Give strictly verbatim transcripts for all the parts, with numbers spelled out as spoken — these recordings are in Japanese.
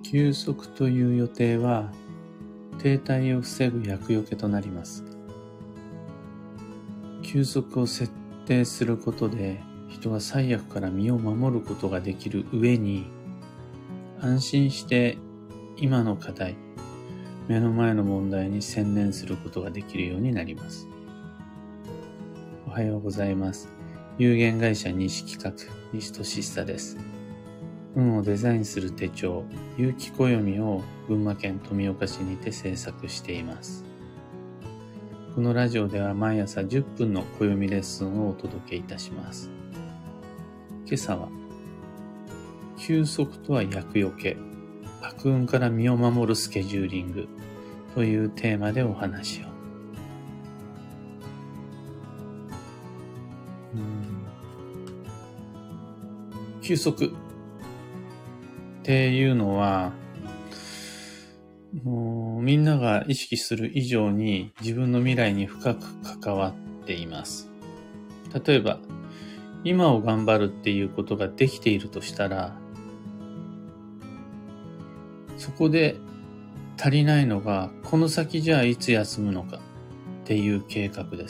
休息という予定は停滞を防ぐ厄除けとなります。休息を設定することで人は災厄から身を守ることができる上に、安心して今の課題、目の前の問題に専念することができるようになります。おはようございます。有限会社西企画西俊久です。運をデザインする手帳、有機暦を群馬県富岡市にて制作しています。このラジオでは毎朝じゅっぷんの暦レッスンをお届けいたします。今朝は、休息とは厄除け、悪運から身を守るスケジューリングというテーマでお話を。休息っていうのは、もうみんなが意識する以上に自分の未来に深く関わっています。例えば、今を頑張るっていうことができているとしたら、そこで足りないのが、この先じゃあいつ休むのかっていう計画です。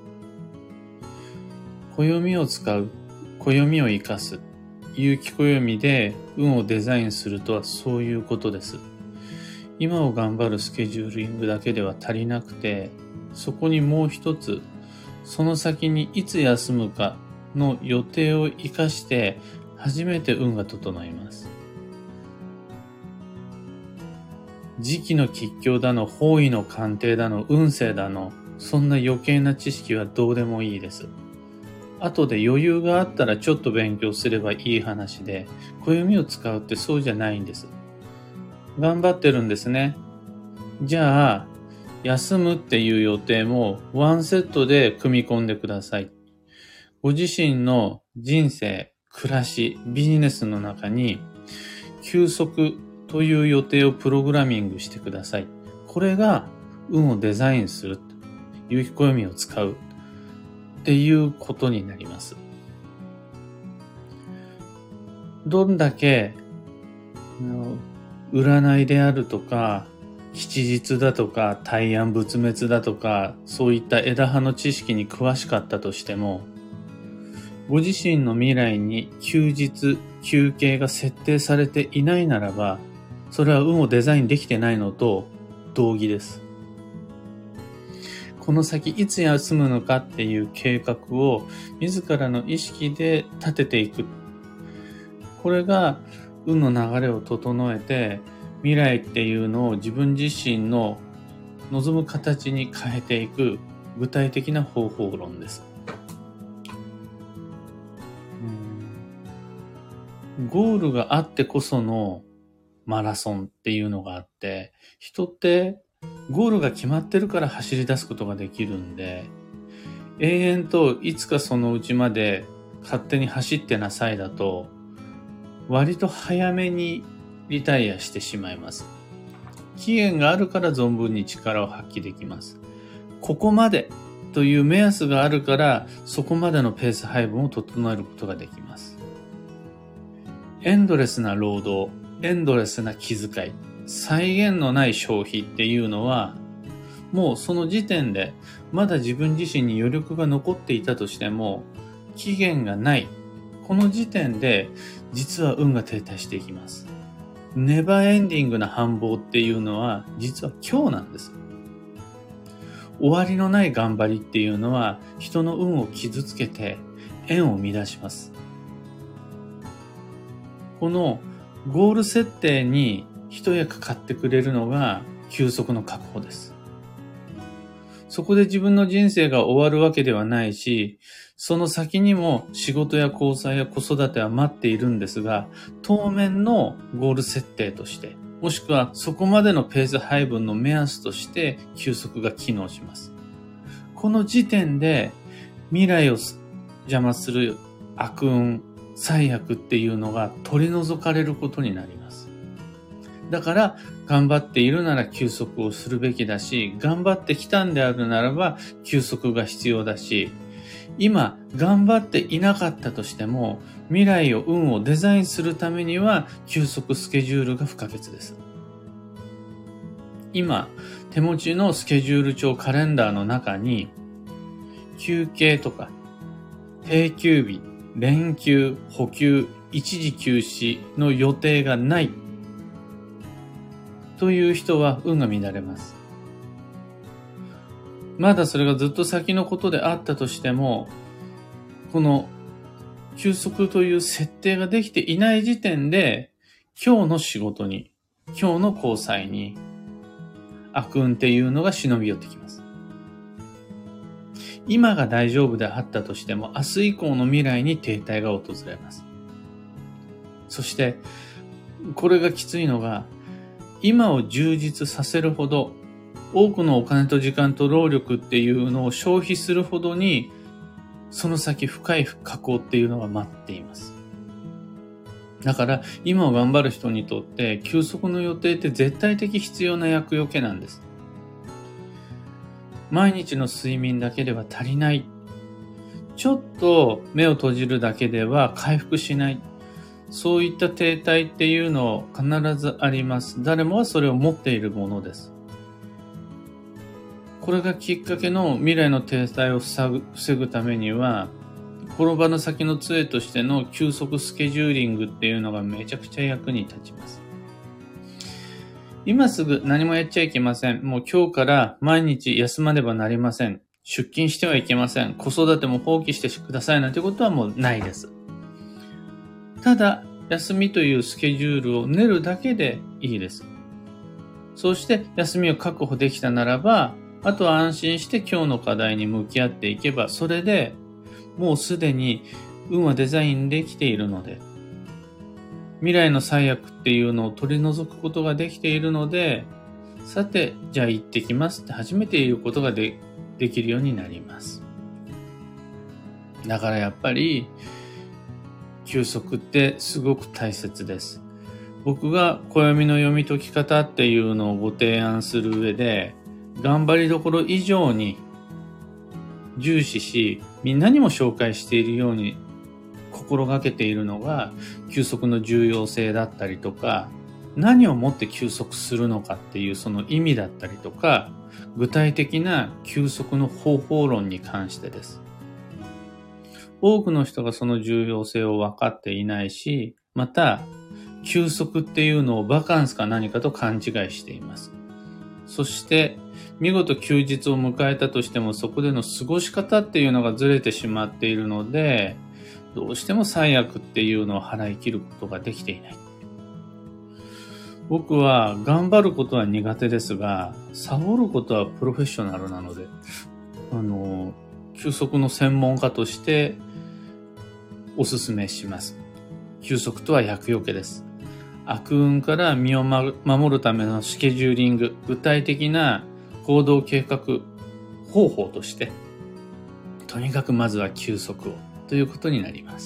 暦を使う、暦を生かす、有機暦で運をデザインするとはそういうことです。今を頑張るスケジューリングだけでは足りなくて、そこにもう一つ、その先にいつ休むかの予定を生かして初めて運が整います。時期の吉凶だの、方位の鑑定だの、運勢だの、そんな余計な知識はどうでもいいです。後で余裕があったらちょっと勉強すればいい話で、暦を使うってそうじゃないんです。頑張ってるんですね。じゃあ、休むっていう予定もワンセットで組み込んでください。ご自身の人生、暮らし、ビジネスの中に休息という予定をプログラミングしてください。これが運をデザインする、有機暦を使うっていうことになります。どんだけ占いであるとか、吉日だとか、大安仏滅だとか、そういった枝葉の知識に詳しかったとしても、ご自身の未来に休日、休憩が設定されていないならば、それは運をデザインできてないのと同義です。この先いつ休むのかっていう計画を自らの意識で立てていく。これが運の流れを整えて、未来っていうのを自分自身の望む形に変えていく具体的な方法論です。ゴールがあってこそのマラソンっていうのがあって、人ってゴールが決まってるから走り出すことができるんで、永遠といつかそのうちまで勝手に走ってなさいだと、割と早めにリタイアしてしまいます。期限があるから存分に力を発揮できます。ここまでという目安があるから、そこまでのペース配分を整えることができます。エンドレスな労働、エンドレスな気遣い、際限のない消費っていうのは、もうその時点でまだ自分自身に余力が残っていたとしても、期限がない。この時点で実は運が停滞していきます。ネバーエンディングな繁忙っていうのは実は今日なんです。終わりのない頑張りっていうのは人の運を傷つけて縁を乱します。このゴール設定に一役買ってくれるのが休息の確保です。そこで自分の人生が終わるわけではないし、その先にも仕事や交際や子育ては待っているんですが、当面のゴール設定として、もしくはそこまでのペース配分の目安として休息が機能します。この時点で未来を邪魔する悪運、災厄っていうのが取り除かれることになります。だから頑張っているなら休息をするべきだし、頑張ってきたんであるならば休息が必要だし、 今頑張っていなかったとしても、未来を運をデザインするためには休息スケジュールが不可欠です。今、手持ちのスケジュール帳カレンダーの中に、休憩とか、定休日、連休、補給、一時休止の予定がないという人は運が乱れます。まだそれがずっと先のことであったとしても、この休息という設定ができていない時点で、今日の仕事に、今日の交際に、悪運っていうのが忍び寄ってきます。今が大丈夫であったとしても、明日以降の未来に停滞が訪れます。そして、これがきついのが、今を充実させるほど、多くのお金と時間と労力っていうのを消費するほどに、その先深い下降っていうのが待っています。だから、今を頑張る人にとって、休息の予定って絶対的必要な厄除けなんです。毎日の睡眠だけでは足りない。ちょっと目を閉じるだけでは回復しない。そういった停滞っていうの必ずあります。誰もがそれを持っているものです。これがきっかけの未来の停滞を防ぐためには、転ばぬ先の杖としての休息スケジューリングっていうのがめちゃくちゃ役に立ちます。今すぐ何もやっちゃいけません。もう今日から毎日休まねばなりません。出勤してはいけません。子育ても放棄してくださいなんてことはもうないです。ただ、休みというスケジュールを練るだけでいいです。そうして休みを確保できたならば、あとは安心して今日の課題に向き合っていけば、それでもうすでに運はデザインできているので、未来の最悪っていうのを取り除くことができているので、さて、じゃあ行ってきますって初めて言うことがで、できるようになります。だからやっぱり、休息ってすごく大切です。僕が暦の読み解き方っていうのをご提案する上で、頑張りどころ以上に重視し、みんなにも紹介しているように心がけているのが休息の重要性だったりとか、何をもって休息するのかっていうその意味だったりとか、具体的な休息の方法論に関してです。多くの人がその重要性を分かっていないし、また休息っていうのをバカンスか何かと勘違いしています。そして見事休日を迎えたとしてもそこでの過ごし方っていうのがずれてしまっているので、どうしても最悪っていうのを払い切ることができていない。僕は頑張ることは苦手ですが、サボることはプロフェッショナルなので、あの、休息の専門家としてお勧めします。休息とは厄除けです。悪運から身を守るためのスケジューリング、具体的な行動計画方法として、とにかくまずは休息をということになります。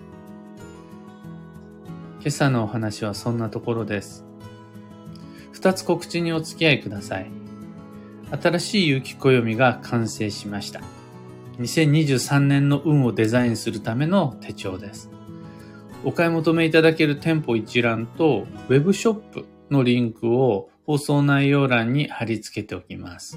今朝のお話はそんなところです。二つ告知にお付き合いください。新しい有機暦が完成しました。にせんにじゅうさんねんの運をデザインするための手帳です。お買い求めいただける店舗一覧とウェブショップのリンクを放送内容欄に貼り付けておきます。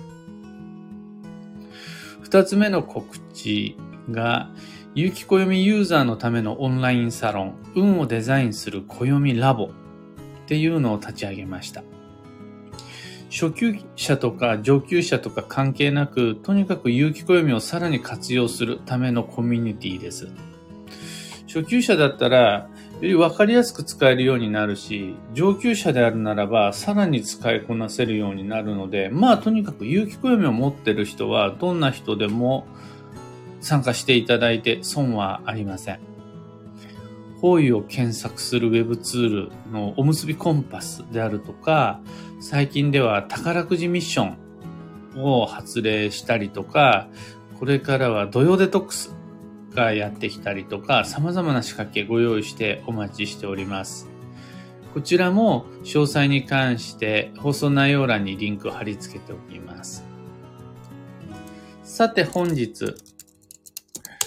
二つ目の告知が、有機暦ユーザーのためのオンラインサロン、運をデザインする暦ラボっていうのを立ち上げました。初級者とか上級者とか関係なく、とにかく有機暦をさらに活用するためのコミュニティです。初級者だったら、より分かりやすく使えるようになるし、上級者であるならば、さらに使いこなせるようになるので、まあとにかく有機暦を持っている人は、どんな人でも参加していただいて損はありません。方位を検索するウェブツールのおむすびコンパスであるとか、最近では宝くじミッションを発令したりとか、これからは土曜デトックスがやってきたりとか、様々な仕掛けご用意してお待ちしております。こちらも詳細に関して放送内容欄にリンクを貼り付けておきます。さて本日、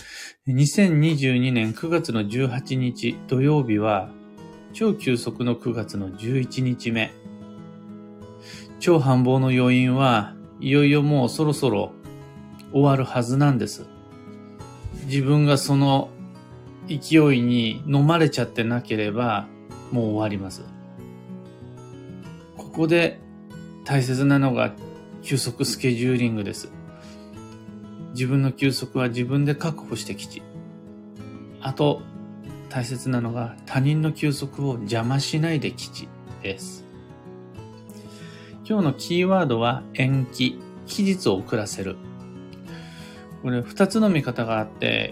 にせんにじゅうにねんくがつのじゅうはちにち土曜日は超急速のくがつのじゅういちにちめ。超繁忙の余韻はいよいよもうそろそろ終わるはずなんです。自分がその勢いに飲まれちゃってなければもう終わります。ここで大切なのが休息スケジューリングです。自分の休息は自分で確保してきち。あと大切なのが他人の休息を邪魔しないできちです。今日のキーワードは延期、期日を遅らせる。これ二つの見方があって、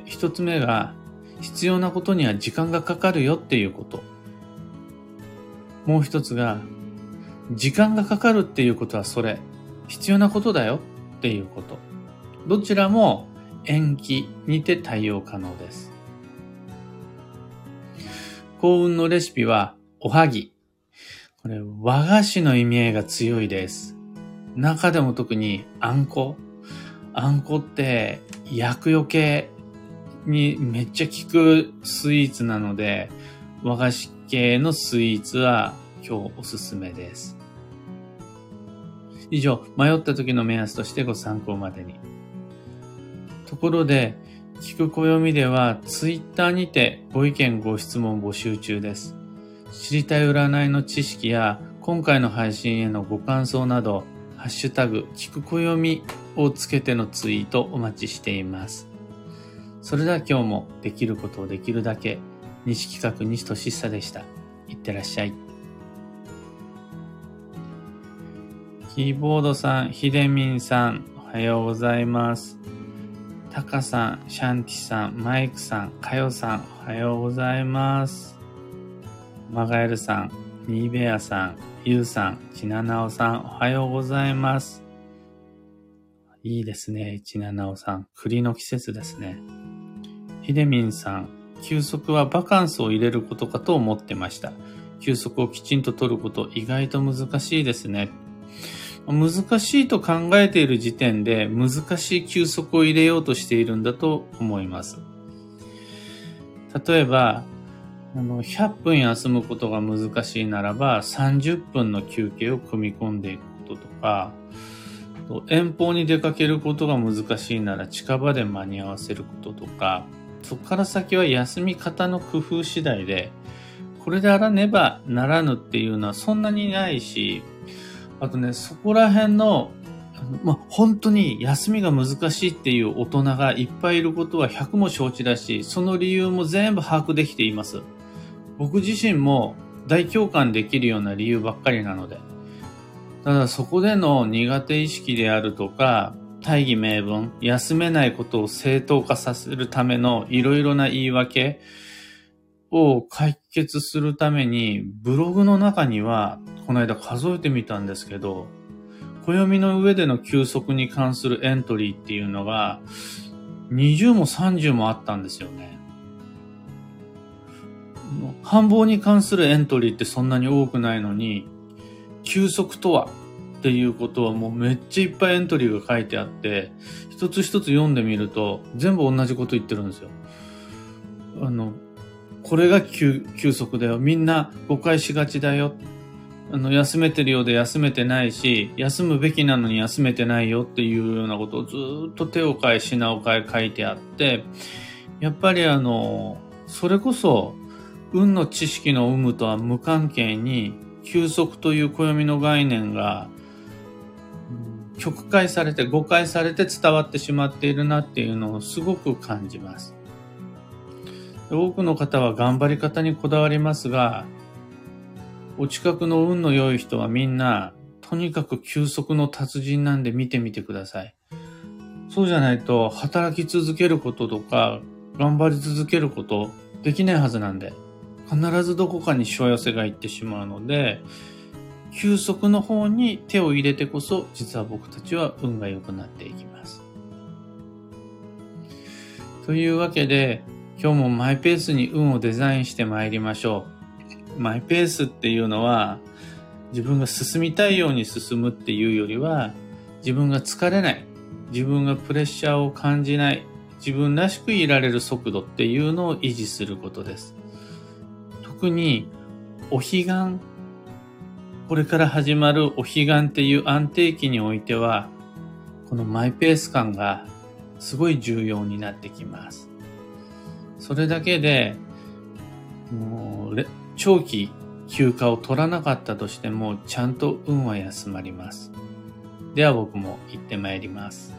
一つ目が必要なことには時間がかかるよっていうこと。もう一つが時間がかかるっていうことはそれ、必要なことだよっていうこと。どちらも延期にて対応可能です。幸運のレシピはおはぎ。これ和菓子の意味合いが強いです。中でも特にあんこ。あんこって厄除けにめっちゃ効くスイーツなので、和菓子系のスイーツは今日おすすめです。以上、迷った時の目安としてご参考までに。ところで、聞く暦ではツイッターにてご意見ご質問募集中です。知りたい占いの知識や今回の配信へのご感想など、ハッシュタグ聞く暦をつけてのツイートお待ちしています。それでは今日もできることをできるだけ、西企画西俊久でした。いってらっしゃい。キーボードさん、ひでみんさん、おはようございます。タカさん、シャンティさん、マイクさん、カヨさん、おはようございます。マガエルさん、ニーベアさん、ユウさん、チナナオさん、おはようございます。いいですね、チナナオさん。栗の季節ですね。ひでみんさん、休息はバカンスを入れることかと思ってました。休息をきちんと取ること意外と難しいですね。難しいと考えている時点で難しい休息を入れようとしているんだと思います。例えば、あのひゃっぷん休むことが難しいならばさんじゅっぷんの休憩を組み込んでいくこととか、遠方に出かけることが難しいなら近場で間に合わせることとか、そこから先は休み方の工夫次第で、これであらねばならぬっていうのはそんなにないし、あとね、そこら辺の、まあ、本当に休みが難しいっていう大人がいっぱいいることはひゃくも承知だし、その理由も全部把握できています。僕自身も大共感できるような理由ばっかりなので。ただそこでの苦手意識であるとか、大義名分、休めないことを正当化させるためのいろいろな言い訳を解決するために、ブログの中には、この間数えてみたんですけど、暦の上での休息に関するエントリーっていうのが、にじゅうもさんじゅうもあったんですよね。繁忙に関するエントリーってそんなに多くないのに、休息とはっていうことはもうめっちゃいっぱいエントリーが書いてあって、一つ一つ読んでみると全部同じこと言ってるんですよ。あの、これが 休, 休息だよ。みんな誤解しがちだよ。あの、休めてるようで休めてないし、休むべきなのに休めてないよっていうようなことをずっと手を変え品を変え書いてあって、やっぱりあの、それこそ運の知識の有無とは無関係に休息という暦の概念が曲解されて誤解されて伝わってしまっているなっていうのをすごく感じます。多くの方は頑張り方にこだわりますが、お近くの運の良い人はみんなとにかく休息の達人なんで見てみてください。そうじゃないと働き続けることとか頑張り続けることできないはずなんで、必ずどこかにしわ寄せがいってしまうので、休息の方に手を入れてこそ実は僕たちは運が良くなっていきます。というわけで今日もマイペースに運をデザインしてまいりましょう。マイペースっていうのは自分が進みたいように進むっていうよりは、自分が疲れない、自分がプレッシャーを感じない、 自分らしくいられる速度っていうのを維持することです。特にお彼岸、これから始まるお彼岸っていう安定期においては、このマイペース感がすごい重要になってきます。それだけで、もう長期休暇を取らなかったとしても、ちゃんと運は休まります。では僕も行ってまいります。